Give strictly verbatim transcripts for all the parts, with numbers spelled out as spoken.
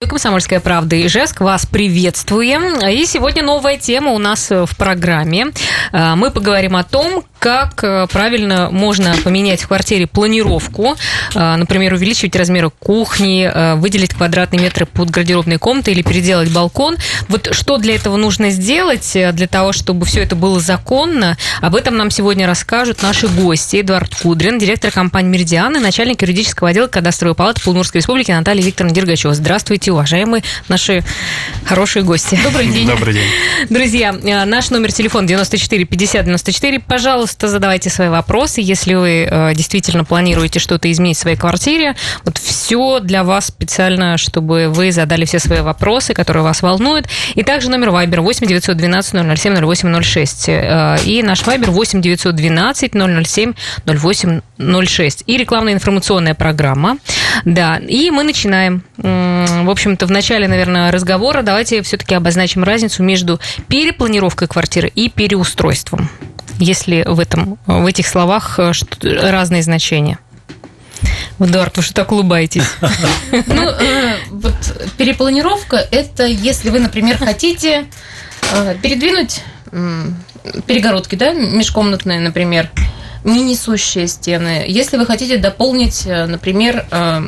«Комсомольская правда» Ижевск. Вас приветствуем. И сегодня новая тема у нас в программе. Мы поговорим о том, как правильно можно поменять в квартире планировку, например, увеличивать размеры кухни, выделить квадратные метры под гардеробные комнаты или переделать балкон. Вот что для этого нужно сделать, для того, чтобы все это было законно, об этом нам сегодня расскажут наши гости. Эдуард Кудрин, директор компании «Меридиан», и начальник юридического отдела кадастровой палаты Удмуртской республики Наталья Викторовна Дергачева. Здравствуйте, уважаемые наши хорошие гости. Добрый день. Добрый день. Друзья, наш номер телефона девяносто четыре пятьдесят девяносто четыре. Пожалуйста, задавайте свои вопросы, если вы э, действительно планируете что-то изменить в своей квартире. Вот все для вас специально, чтобы вы задали все свои вопросы, которые вас волнуют. И также номер Вайбер восемь девятьсот двенадцать ноль ноль семь ноль восемь ноль шесть. Э, и наш Вайбер восемь девятьсот двенадцать ноль ноль семь ноль восемь ноль шесть. И рекламная информационная программа. Да, и мы начинаем. В общем-то, в начале, наверное, разговора давайте все-таки обозначим разницу между перепланировкой квартиры и переустройством. Если в, этом, в этих словах разные значения. Эдуард, вы что так улыбаетесь? Ну, вот перепланировка – это если вы, например, хотите передвинуть перегородки, да, межкомнатные, например, не несущие стены. Если вы хотите дополнить, например,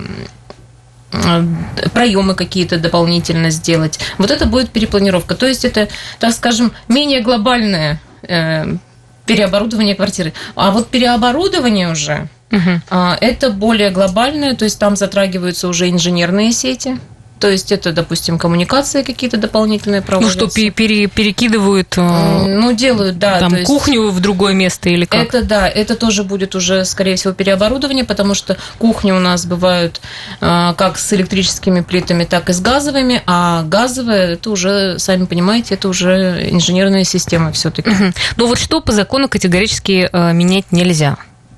проемы какие-то дополнительно сделать, вот это будет перепланировка. То есть это, так скажем, менее глобальное переоборудование квартиры. А вот переоборудование уже, угу. это более глобальное, то есть там затрагиваются уже инженерные сети. То есть это, допустим, коммуникации какие-то дополнительные проводятся. Ну, что пере- перекидывают ну, делают, да, там, то есть кухню в другое место или как? Это, да, это тоже будет уже, скорее всего, переоборудование, потому что кухни у нас бывают как с электрическими плитами, так и с газовыми, а газовые, это уже, сами понимаете, это уже инженерная система все-таки. Угу. Ну, вот что по закону категорически менять нельзя?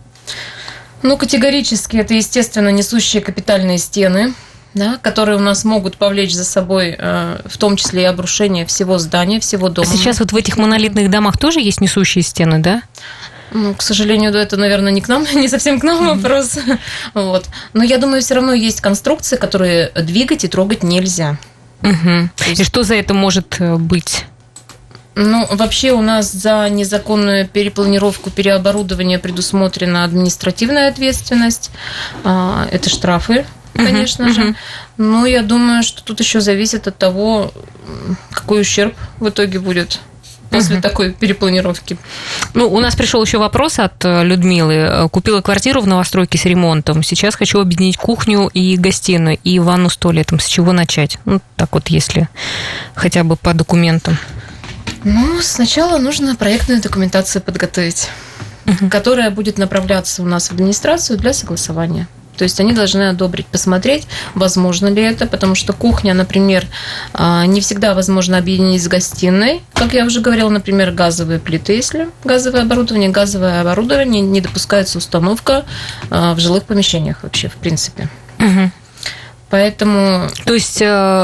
Ну, категорически это, естественно, несущие капитальные стены, да, которые у нас могут повлечь за собой, э, в том числе и обрушение всего здания, всего дома. А сейчас вот в этих монолитных домах тоже есть несущие стены, да? Ну, к сожалению, это, наверное, не к нам, не совсем к нам вопрос. Mm-hmm. Вот. Но я думаю, все равно есть конструкции, которые двигать и трогать нельзя. Mm-hmm. Есть... И что за это может быть? Ну, вообще у нас за незаконную перепланировку, переоборудование предусмотрена административная ответственность. Это штрафы, конечно uh-huh, же. Uh-huh. Но я думаю, что тут еще зависит от того, какой ущерб в итоге будет после uh-huh. такой перепланировки. Ну, у нас пришел еще вопрос от Людмилы. Купила квартиру в новостройке с ремонтом. Сейчас хочу объединить кухню и гостиную, и ванну с туалетом. С чего начать? Ну, так вот, если хотя бы по документам. Ну, сначала нужно проектную документацию подготовить, uh-huh. которая будет направляться у нас в администрацию для согласования. То есть они должны одобрить, посмотреть, возможно ли это, потому что кухня, например, не всегда возможно объединить с гостиной. Как я уже говорила, например, газовые плиты, если газовое оборудование, газовое оборудование не допускается установка в жилых помещениях вообще, в принципе. Угу. Поэтому... То есть,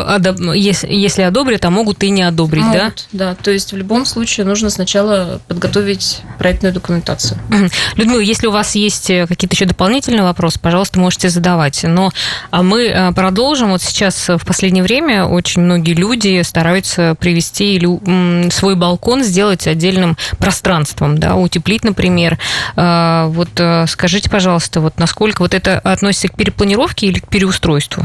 если одобрят, а могут и не одобрить, могут, да? да. То есть, в любом случае нужно сначала подготовить проектную документацию. Людмила, если у вас есть какие-то еще дополнительные вопросы, пожалуйста, можете задавать. Но мы продолжим. Вот сейчас в последнее время очень многие люди стараются привести свой балкон, сделать отдельным пространством, да, утеплить, например. Вот скажите, пожалуйста, вот насколько вот это относится к перепланировке или к переустройству?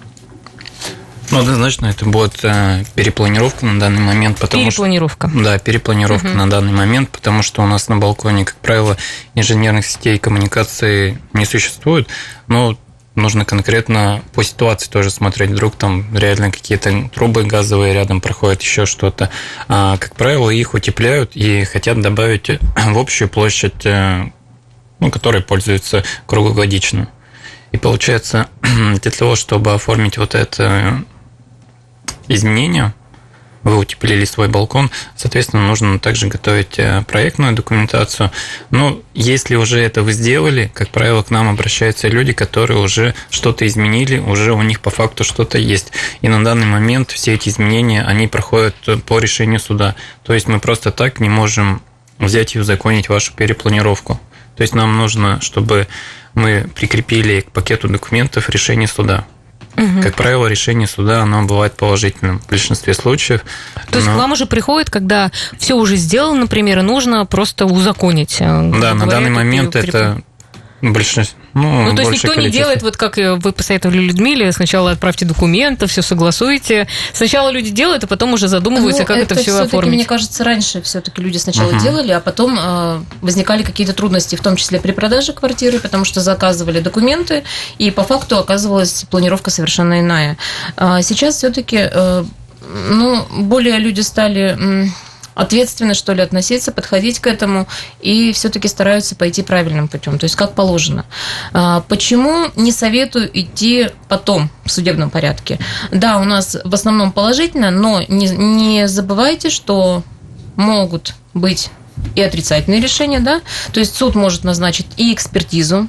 Ну, однозначно, это будет перепланировка на данный момент. Потому перепланировка. Что, да, перепланировка угу. на данный момент, потому что у нас на балконе, как правило, инженерных сетей коммуникации не существует, но нужно конкретно по ситуации тоже смотреть. Вдруг там реально какие-то трубы газовые рядом проходят, еще что-то. А, как правило, их утепляют и хотят добавить в общую площадь, ну, которой пользуются круглогодично. И получается, для того, чтобы оформить вот это изменение, вы утеплили свой балкон, соответственно, нужно также готовить проектную документацию. Но если уже это вы сделали, как правило, к нам обращаются люди, которые уже что-то изменили, уже у них по факту что-то есть. И на данный момент все эти изменения, они проходят по решению суда. То есть мы просто так не можем взять и узаконить вашу перепланировку. То есть нам нужно, чтобы мы прикрепили к пакету документов решение суда. Угу. Как правило, решение суда, оно бывает положительным в большинстве случаев. То есть но... к вам уже приходит, когда все уже сделано, например, и нужно просто узаконить. Да, на данный момент это большинство. Ну, ну, то есть никто количество. Не делает, вот как вы посоветовали Людмиле, сначала отправьте документы, все согласуйте. Сначала люди делают, а потом уже задумываются, ну, как это, это все оформить. Мне кажется, раньше все-таки люди сначала uh-huh. делали, а потом э, возникали какие-то трудности, в том числе при продаже квартиры, потому что заказывали документы, и по факту оказывалась планировка совершенно иная. А сейчас все-таки э, ну, более люди стали... М- ответственно, что ли, относиться, подходить к этому и все-таки стараются пойти правильным путем, то есть как положено. Почему не советую идти потом в судебном порядке? Да, у нас в основном положительно, но не, не забывайте, что могут быть и отрицательные решения, да, то есть суд может назначить и экспертизу,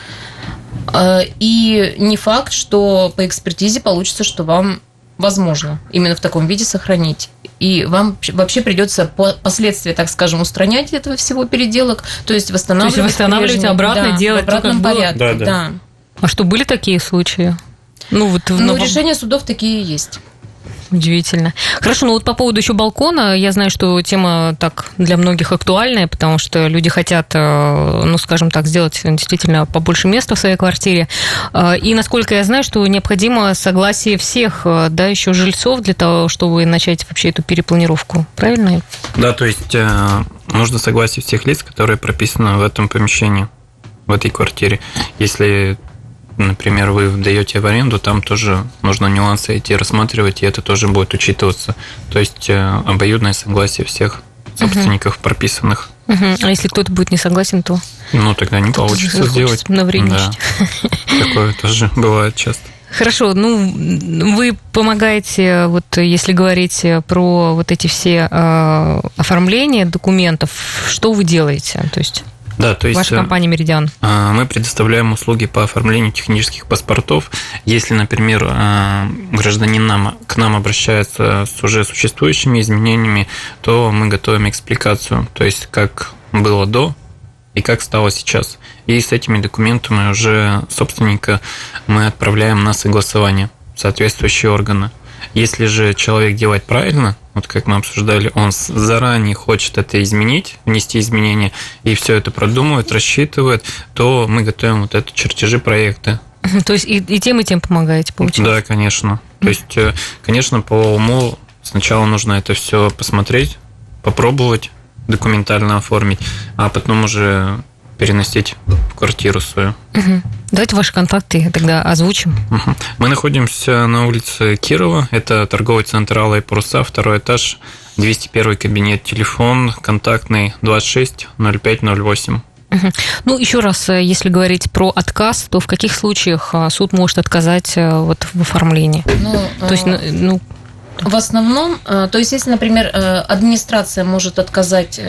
и не факт, что по экспертизе получится, что вам возможно именно в таком виде сохранить. И вам вообще придется последствия, так скажем, устранять этого всего переделок, то есть восстанавливать. То есть восстанавливать обратно, да, делать в обратном то, как порядке. Было. Да, да. А что, были такие случаи? Ну, вот, ну но... решения судов такие есть. Удивительно. Хорошо, ну вот по поводу еще балкона, я знаю, что тема так для многих актуальная, потому что люди хотят, ну, скажем так, сделать действительно побольше места в своей квартире. И, насколько я знаю, что необходимо согласие всех, да, еще жильцов для того, чтобы начать вообще эту перепланировку. Правильно? Да, то есть нужно согласие всех лиц, которые прописаны в этом помещении, в этой квартире. Если... Например, вы даете в аренду, там тоже нужно нюансы эти рассматривать, и это тоже будет учитываться. То есть обоюдное согласие всех собственников uh-huh. прописанных. Uh-huh. А если кто-то будет не согласен, то... Ну, тогда не получится сделать. Навредничать. Да. Такое тоже бывает часто. Хорошо, ну, вы помогаете, вот если говорить про вот эти все э, оформления документов, что вы делаете? То есть... Да, то есть ваша компания «Меридиан». Мы предоставляем услуги по оформлению технических паспортов. Если, например, гражданин нам, к нам обращается с уже существующими изменениями, то мы готовим экспликацию, то есть как было до и как стало сейчас. И с этими документами уже собственника мы отправляем на согласование в соответствующие органы. Если же человек делает правильно, вот как мы обсуждали, он заранее хочет это изменить, внести изменения, и все это продумывает, рассчитывает, то мы готовим вот это чертежи проекта. То есть и, и тем, и тем помогаете, получается? Да, конечно. То есть, конечно, по уму сначала нужно это все посмотреть, попробовать документально оформить, а потом уже переносить в квартиру свою. Угу. Давайте ваши контакты тогда озвучим. Угу. Мы находимся на улице Кирова, это торговый центр «Алла и паруса», второй этаж, двести первый кабинет, телефон контактный двадцать шесть ноль пять ноль восемь. Угу. Ну, еще раз, если говорить про отказ, то в каких случаях суд может отказать вот в оформлении? Ну, то есть, ну... В основном, то есть, если, например, администрация может отказать,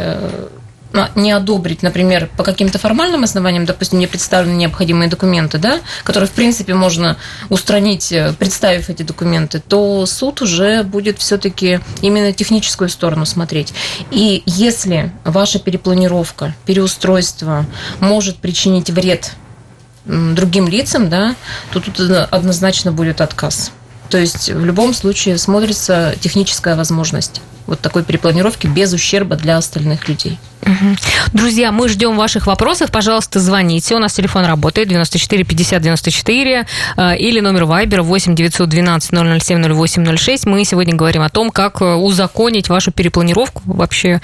не одобрить, например, по каким-то формальным основаниям, допустим, не представлены необходимые документы, да, которые, в принципе, можно устранить, представив эти документы, то суд уже будет все-таки именно техническую сторону смотреть. И если ваша перепланировка, переустройство может причинить вред другим лицам, да, то тут однозначно будет отказ. То есть в любом случае смотрится техническая возможность вот такой перепланировки без ущерба для остальных людей. Угу. Друзья, мы ждем ваших вопросов. Пожалуйста, звоните. У нас телефон работает девяносто четыре пятьдесят девяносто четыре или номер Вайбера восемь девятьсот двенадцать ноль ноль семь ноль восемь ноль шесть. Мы сегодня говорим о том, как узаконить вашу перепланировку. Вообще,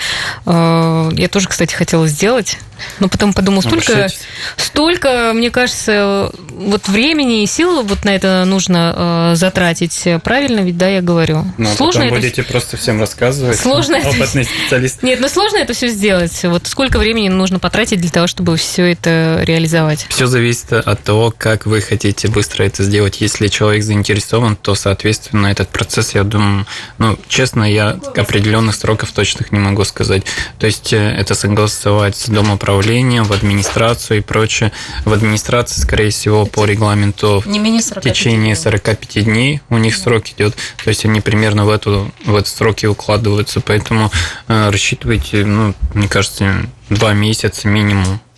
я тоже, кстати, хотела сделать, но потом подумала, столько, столько, мне кажется, вот времени и сил вот на это нужно затратить. Правильно ведь, да, я говорю? Ну, а сложно потом это... будете просто всем рассказывать. Сложно Опытный это... специалист. Нет, ну сложно это все сделать. Вот сколько времени нужно потратить для того, чтобы все это реализовать? Все зависит от того, как вы хотите быстро это сделать. Если человек заинтересован, то, соответственно, этот процесс, я думаю, ну, честно, я определенных сроков точных не могу сказать. То есть это согласовать с домоуправлением, в администрацию и прочее. В администрации, скорее всего, по регламенту в течение сорок пять дней у них срок идет. То есть они примерно в эту в эти сроки укладываются. Поэтому э, рассчитывайте, ну, мне кажется, два месяца минимум.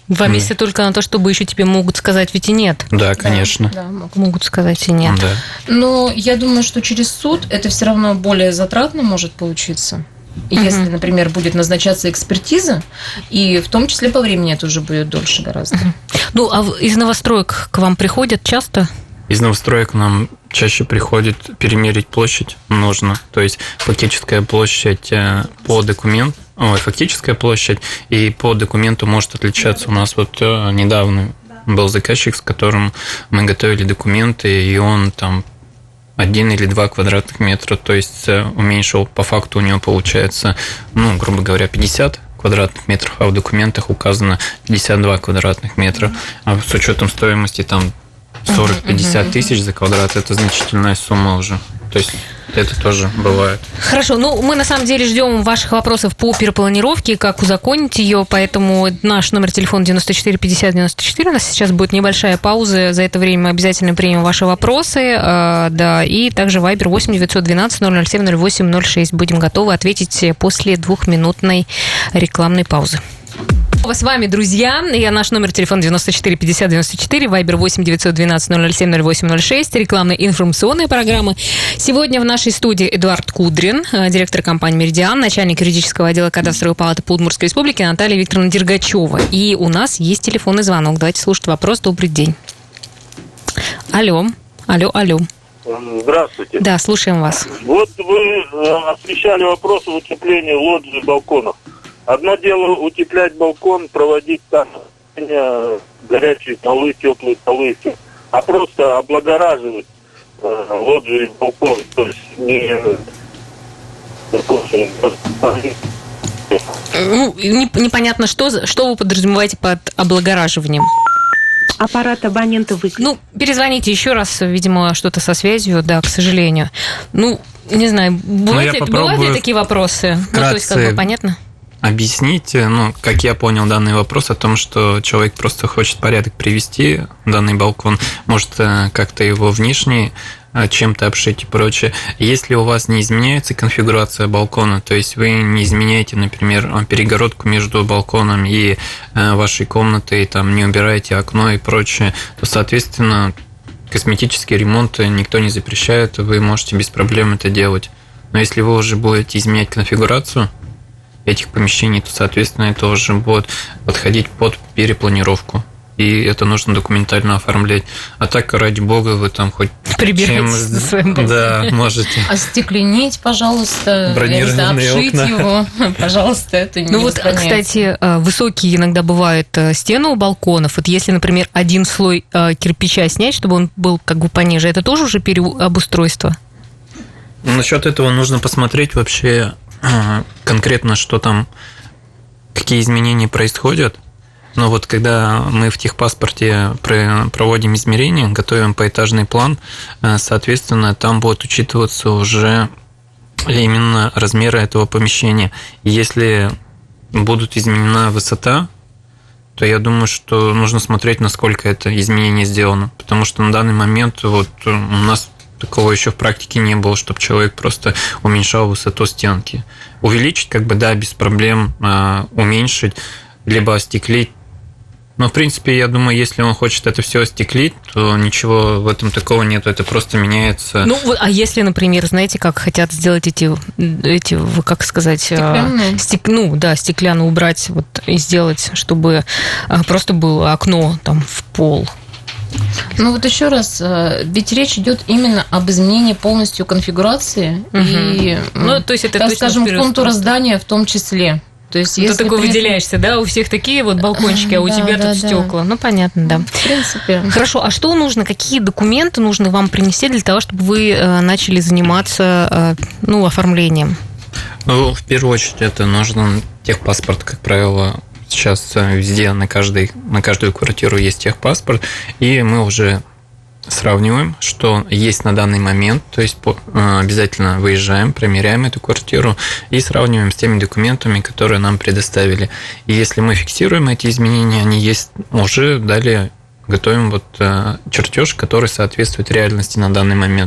Два месяца mm. только на то, чтобы еще тебе могут сказать ведь и нет. Да, конечно. Да, да, могут. могут сказать и нет. Да. Но я думаю, что через суд это все равно более затратно может получиться. И mm-hmm. если, например, будет назначаться экспертиза, и в том числе по времени это уже будет дольше гораздо. Mm-hmm. Ну, а из новостроек к вам приходят часто? Из новостроек нам чаще приходит перемерить площадь нужно. То есть фактическая площадь по документу, ой, фактическая площадь и по документу может отличаться. У нас вот недавно был заказчик, с которым мы готовили документы, и он там один или два квадратных метра, то есть уменьшил, по факту у него получается, ну, грубо говоря, пятьдесят квадратных метров, а в документах указано пятьдесят два квадратных метра. А с учетом стоимости там сорок-пятьдесят тысяч за квадрат – это значительная сумма уже. То есть это тоже бывает. Хорошо, ну мы на самом деле ждем ваших вопросов по перепланировке, как узаконить ее, поэтому наш номер телефона девяносто четыре пятьдесят девяносто четыре, у нас сейчас будет небольшая пауза, за это время мы обязательно примем ваши вопросы, э, да, и также Viber восемь девятьсот двенадцать ноль ноль семь ноль восемь ноль шесть, будем готовы ответить после двухминутной рекламной паузы. С вами, друзья, я наш номер телефона девяносто четыре пятьдесят девяносто четыре, Viber восемь девятьсот двенадцать ноль ноль семь ноль восемь ноль шесть, рекламная информационная программа. Сегодня в нашей студии Эдуард Кудрин, директор компании «Меридиан», начальник юридического отдела кадастровой палаты по Удмуртской республике Наталья Викторовна Дергачева. И у нас есть телефонный звонок. Давайте слушать вопрос. Добрый день. Алло, алло, алло. Здравствуйте. Да, слушаем вас. Вот вы освещали вопросы утепления лоджий и балконов. Одно дело утеплять балкон, проводить там горячие полы, теплые полы, а просто облагораживать э, лоджии и балкон, то есть не... Ну, непонятно, что, что вы подразумеваете под облагораживанием? Аппарат абонента выключен. Ну, перезвоните еще раз, видимо, что-то со связью, да, к сожалению. Ну, не знаю, бывают, ли, бывают ли такие вопросы? Ну, то есть, как бы понятно? Объяснить, ну, как я понял данный вопрос, о том, что человек просто хочет порядок привести, данный балкон, может как-то его внешне чем-то обшить и прочее. Если у вас не изменяется конфигурация балкона, то есть вы не изменяете, например, перегородку между балконом и вашей комнатой, там, не убираете окно и прочее, то, соответственно, косметические ремонты никто не запрещает, вы можете без проблем это делать. Но если вы уже будете изменять конфигурацию этих помещений, то, соответственно, это уже будет подходить под перепланировку. И это нужно документально оформлять. А так, ради бога, вы там хоть прибирайте за своим балконом. Да, можете. Остекленить, пожалуйста, бронированные обшить окна. Его, пожалуйста, это не Ну вот, кстати, высокие иногда бывают стены у балконов. Вот если, например, один слой кирпича снять, чтобы он был как бы пониже, это тоже уже переобустройство? Насчет этого нужно посмотреть вообще конкретно, что там, какие изменения происходят. Но вот когда мы в техпаспорте проводим измерения, готовим поэтажный план, соответственно, там будут учитываться уже именно размеры этого помещения. И если будут изменена высота, то я думаю, что нужно смотреть, насколько это изменение сделано. Потому что на данный момент вот у нас такого еще в практике не было, чтобы человек просто уменьшал высоту стенки. Увеличить, как бы, да, без проблем, уменьшить, либо остеклить. Но, в принципе, я думаю, если он хочет это все остеклить, то ничего в этом такого нет, это просто меняется. Ну, а если, например, знаете, как хотят сделать эти, эти как сказать, стеклянные? Стек, ну, да, стеклянно убрать вот, и сделать, чтобы просто было окно там в пол. Ну вот еще раз, ведь речь идет именно об изменении полностью конфигурации угу. и, ну, то есть это, так скажем, контура здания в том числе. То есть, если ты такой при... выделяешься, да? У всех такие вот балкончики, а у да, тебя да, тут да. стекла. Ну, понятно, да. В принципе. Хорошо, а что нужно, какие документы нужно вам принести для того, чтобы вы начали заниматься, ну, оформлением? Ну, в первую очередь, это нужен техпаспорт, как правило. Сейчас везде, на, каждой, на каждую квартиру есть техпаспорт, и мы уже сравниваем, что есть на данный момент, то есть обязательно выезжаем, промеряем эту квартиру и сравниваем с теми документами, которые нам предоставили. И если мы фиксируем эти изменения, они есть, уже далее готовим вот чертеж, который соответствует реальности на данный момент.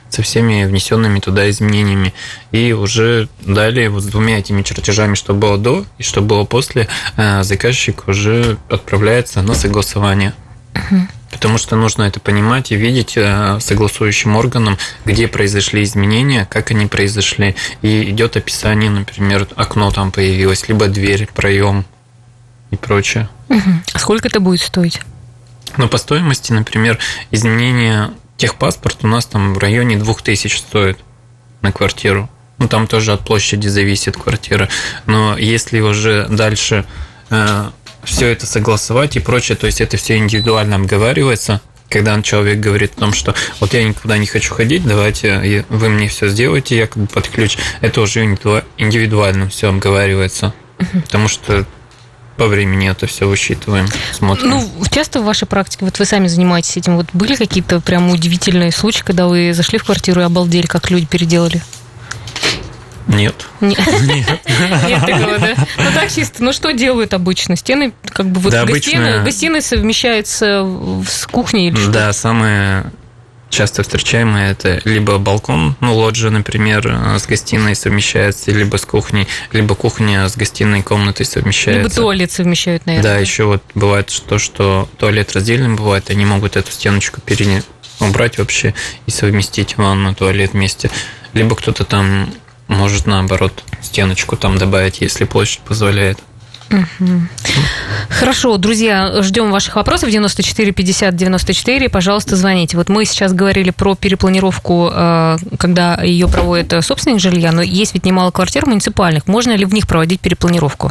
со всеми внесенными туда изменениями. И уже далее вот с двумя этими чертежами, что было до и что было после, заказчик уже отправляется на согласование. Uh-huh. Потому что нужно это понимать и видеть согласующим органам, где произошли изменения, как они произошли. И идет описание, например, окно там появилось, либо дверь, проем и прочее. Uh-huh. А сколько это будет стоить? Ну, по стоимости, например, изменение техпаспорта у нас там в районе двух тысяч стоит на квартиру. Ну, там тоже от площади зависит квартира. Но если уже дальше э, все это согласовать и прочее, то есть это все индивидуально обговаривается, когда человек говорит о том, что вот я никуда не хочу ходить, давайте вы мне все сделаете, я как бы под ключ, это уже индивидуально все обговаривается. Потому что по времени это все высчитываем, смотрим. Ну, часто в вашей практике, вот вы сами занимаетесь этим, вот были какие-то прям удивительные случаи, когда вы зашли в квартиру и обалдели, как люди переделали? Нет. Нет. Нет такого, да? Ну, так чисто. Ну, что делают обычно? Стены, как бы, вот да, гостиная, обычно... гостиная совмещается с кухней или что? Да, самое часто встречаемое это либо балкон, ну, лоджия, например, с гостиной совмещается, либо с кухней, либо кухня с гостиной комнатой совмещается. Либо туалет совмещают, наверное. Да, еще вот бывает то, что туалет раздельным бывает, они могут эту стеночку пере... убрать вообще и совместить ванну, туалет вместе. Либо кто-то там может, наоборот, стеночку там добавить, если площадь позволяет. Угу. Хорошо, друзья, ждем ваших вопросов. девяносто четыре пятьдесят девяносто четыре, пожалуйста, звоните. Вот мы сейчас говорили про перепланировку, когда ее проводит собственник жилья, но есть ведь немало квартир муниципальных. Можно ли в них проводить перепланировку?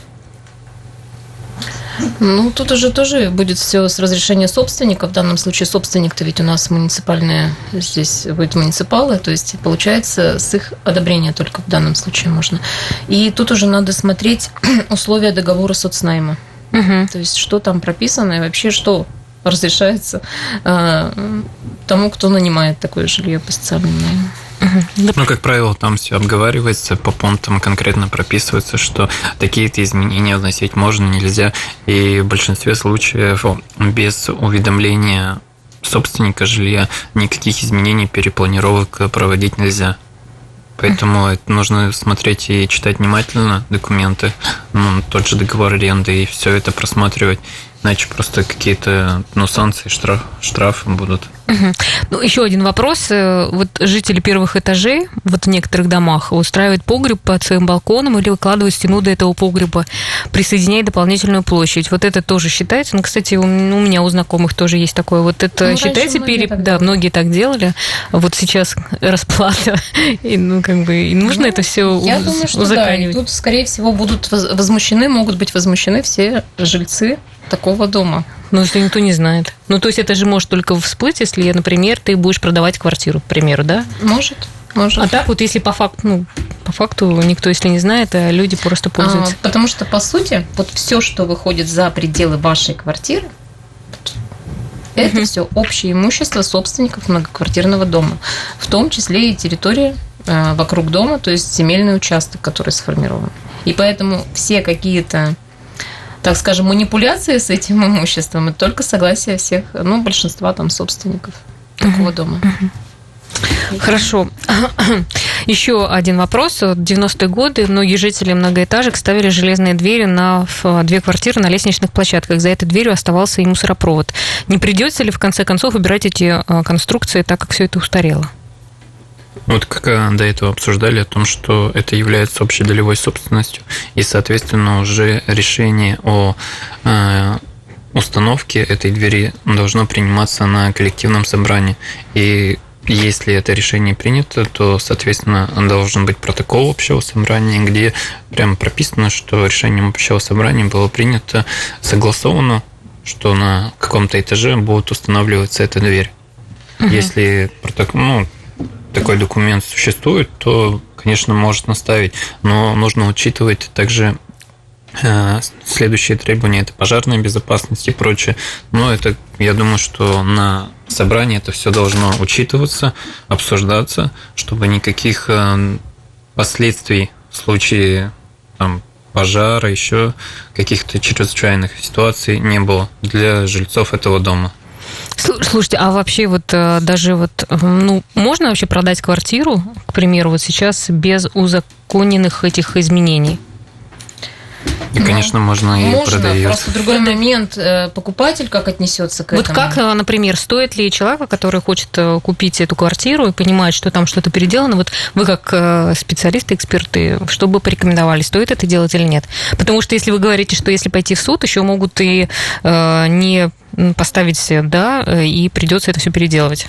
Ну, тут уже тоже будет все с разрешения собственника. В данном случае собственник-то ведь у нас муниципальные, здесь будет муниципалы, то есть, получается, с их одобрения только в данном случае можно. И тут уже надо смотреть условия договора соцнайма. Угу. То есть, что там прописано и вообще, что разрешается э, тому, кто нанимает такое жилье по социальному найму. Ну, как правило, там все обговаривается, по пунктам конкретно прописывается, что такие-то изменения вносить можно, нельзя. И в большинстве случаев без уведомления собственника жилья никаких изменений, перепланировок проводить нельзя. Поэтому это нужно смотреть и читать внимательно документы, ну, тот же договор аренды, и все это просматривать. Иначе просто какие-то, ну, санкции, штраф, штрафы будут. Угу. Ну, еще один вопрос. Вот жители первых этажей вот в некоторых домах устраивают погреб под своим балконом или выкладывают стену до этого погреба, присоединяя дополнительную площадь. Вот это тоже считается? Ну, кстати, у меня у знакомых тоже есть такое. Вот это ну, считается переп... Да, многие так делали. Вот сейчас расплата. И, ну, как бы, и нужно ну, это все я уз... думаю, что узаконивать. Да, и тут, скорее всего, будут возмущены, могут быть возмущены все жильцы такого дома. Ну, если никто не знает. Ну, то есть это же может только всплыть, если, например, ты будешь продавать квартиру, к примеру, да? Может, может. А так вот, если по факту, ну, по факту никто, если не знает, а люди просто пользуются. А, потому что, по сути, вот все, что выходит за пределы вашей квартиры, это угу. все общее имущество собственников многоквартирного дома, в том числе и территория э, вокруг дома, то есть земельный участок, который сформирован. И поэтому все какие-то, так скажем, манипуляции с этим имуществом, это только согласие всех, ну, большинства там собственников такого uh-huh. дома. Uh-huh. Хорошо. Еще один вопрос. В девяностые годы многие жители многоэтажек ставили железные двери на две квартиры на лестничных площадках. За этой дверью оставался и мусоропровод. Не придется ли в конце концов убирать эти конструкции, так как все это устарело? Вот как до этого обсуждали о том, что это является общедолевой собственностью, и, соответственно, уже решение о э, установке этой двери должно приниматься на коллективном собрании. И если это решение принято, то, соответственно, должен быть протокол общего собрания, где прямо прописано, что решением общего собрания было принято, согласовано, что на каком-то этаже будет устанавливаться эта дверь. Угу. Если протокол, ну, такой документ существует, то, конечно, может наставить, но нужно учитывать также э, следующие требования, это пожарная безопасность и прочее. Но это, я думаю, что на собрании это все должно учитываться, обсуждаться, чтобы никаких э, последствий в случае там, пожара, еще каких-то чрезвычайных ситуаций не было для жильцов этого дома. Слушайте, а вообще вот даже вот, ну, можно вообще продать квартиру, к примеру, вот сейчас без узаконенных этих изменений? И, конечно, ну, можно и можно, продается. Просто другой момент, покупатель как отнесется к вот этому. Вот как, например, стоит ли человеку, который хочет купить эту квартиру и понимает, что там что-то переделано, вот вы как специалисты, эксперты, что бы порекомендовали, стоит это делать или нет? Потому что если вы говорите, что если пойти в суд, еще могут и э, не поставить «да», и придется это все переделывать.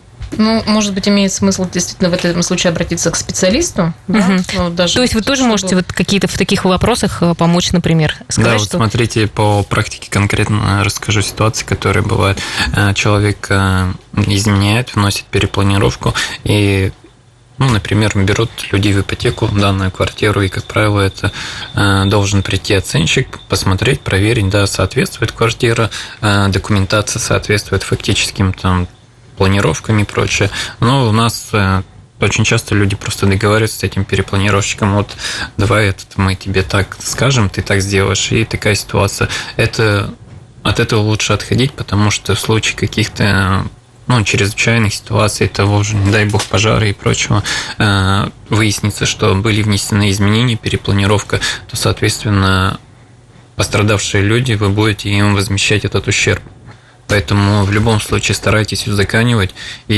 Ну, может быть, имеет смысл действительно в этом случае обратиться к специалисту. Да? Угу. Ну, даже То есть вы тоже чтобы... можете вот какие-то в таких вопросах помочь, например, сказать, да, вот что... смотрите, по практике конкретно расскажу ситуации, которые бывают. Человек изменяет, вносит перепланировку и, ну, например, берут людей в ипотеку данную квартиру, и, как правило, это должен прийти оценщик, посмотреть, проверить, да, соответствует квартира, документация соответствует фактическим там планировками и прочее. Но у нас э, очень часто люди просто договариваются с этим перепланировщиком, вот давай этот мы тебе так скажем, ты так сделаешь, и такая ситуация. Это, от этого лучше отходить, потому что в случае каких-то ну, чрезвычайных ситуаций, того же, не дай бог, пожара и прочего, э, выяснится, что были внесены изменения, перепланировка, то, соответственно, пострадавшие люди, вы будете им возмещать этот ущерб. Поэтому в любом случае старайтесь узаконивать,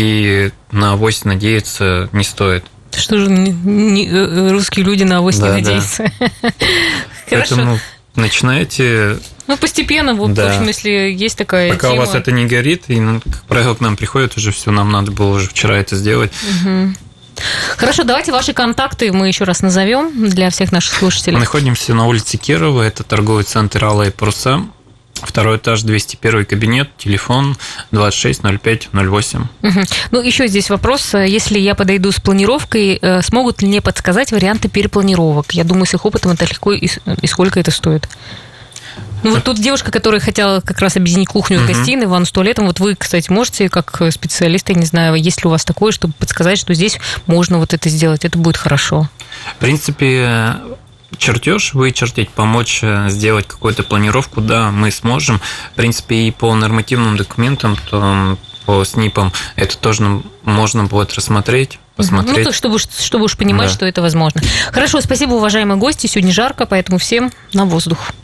и на авось надеяться не стоит. Что же не, не, русские люди на авось да, не надеются? Да. Поэтому начинайте... Ну, постепенно, вот, да. в общем, если есть такая Пока тема... у вас это не горит, и, как правило, к нам приходят уже все, нам надо было уже вчера это сделать. Угу. Хорошо, давайте ваши контакты мы еще раз назовем для всех наших слушателей. Мы находимся на улице Кирова, это торговый центр «Алые паруса». Второй этаж, двести первый кабинет, телефон двадцать шесть ноль пять ноль восемь. Угу. Ну, еще здесь вопрос. Если я подойду с планировкой, смогут ли мне подсказать варианты перепланировок? Я думаю, с их опытом это легко, и, и сколько это стоит? Ну, вот тут девушка, которая хотела как раз объединить кухню и гостиную, ванну с туалетом. Вот вы, кстати, можете, как специалист, я не знаю, есть ли у вас такое, чтобы подсказать, что здесь можно вот это сделать, это будет хорошо? В принципе... Чертеж вычертить, помочь сделать какую-то планировку, да, мы сможем. В принципе, и по нормативным документам, то по СНИПам это тоже можно будет рассмотреть, посмотреть. Ну, чтобы, чтобы уж понимать, да. что это возможно. Хорошо, спасибо, уважаемые гости. Сегодня жарко, поэтому всем на воздух.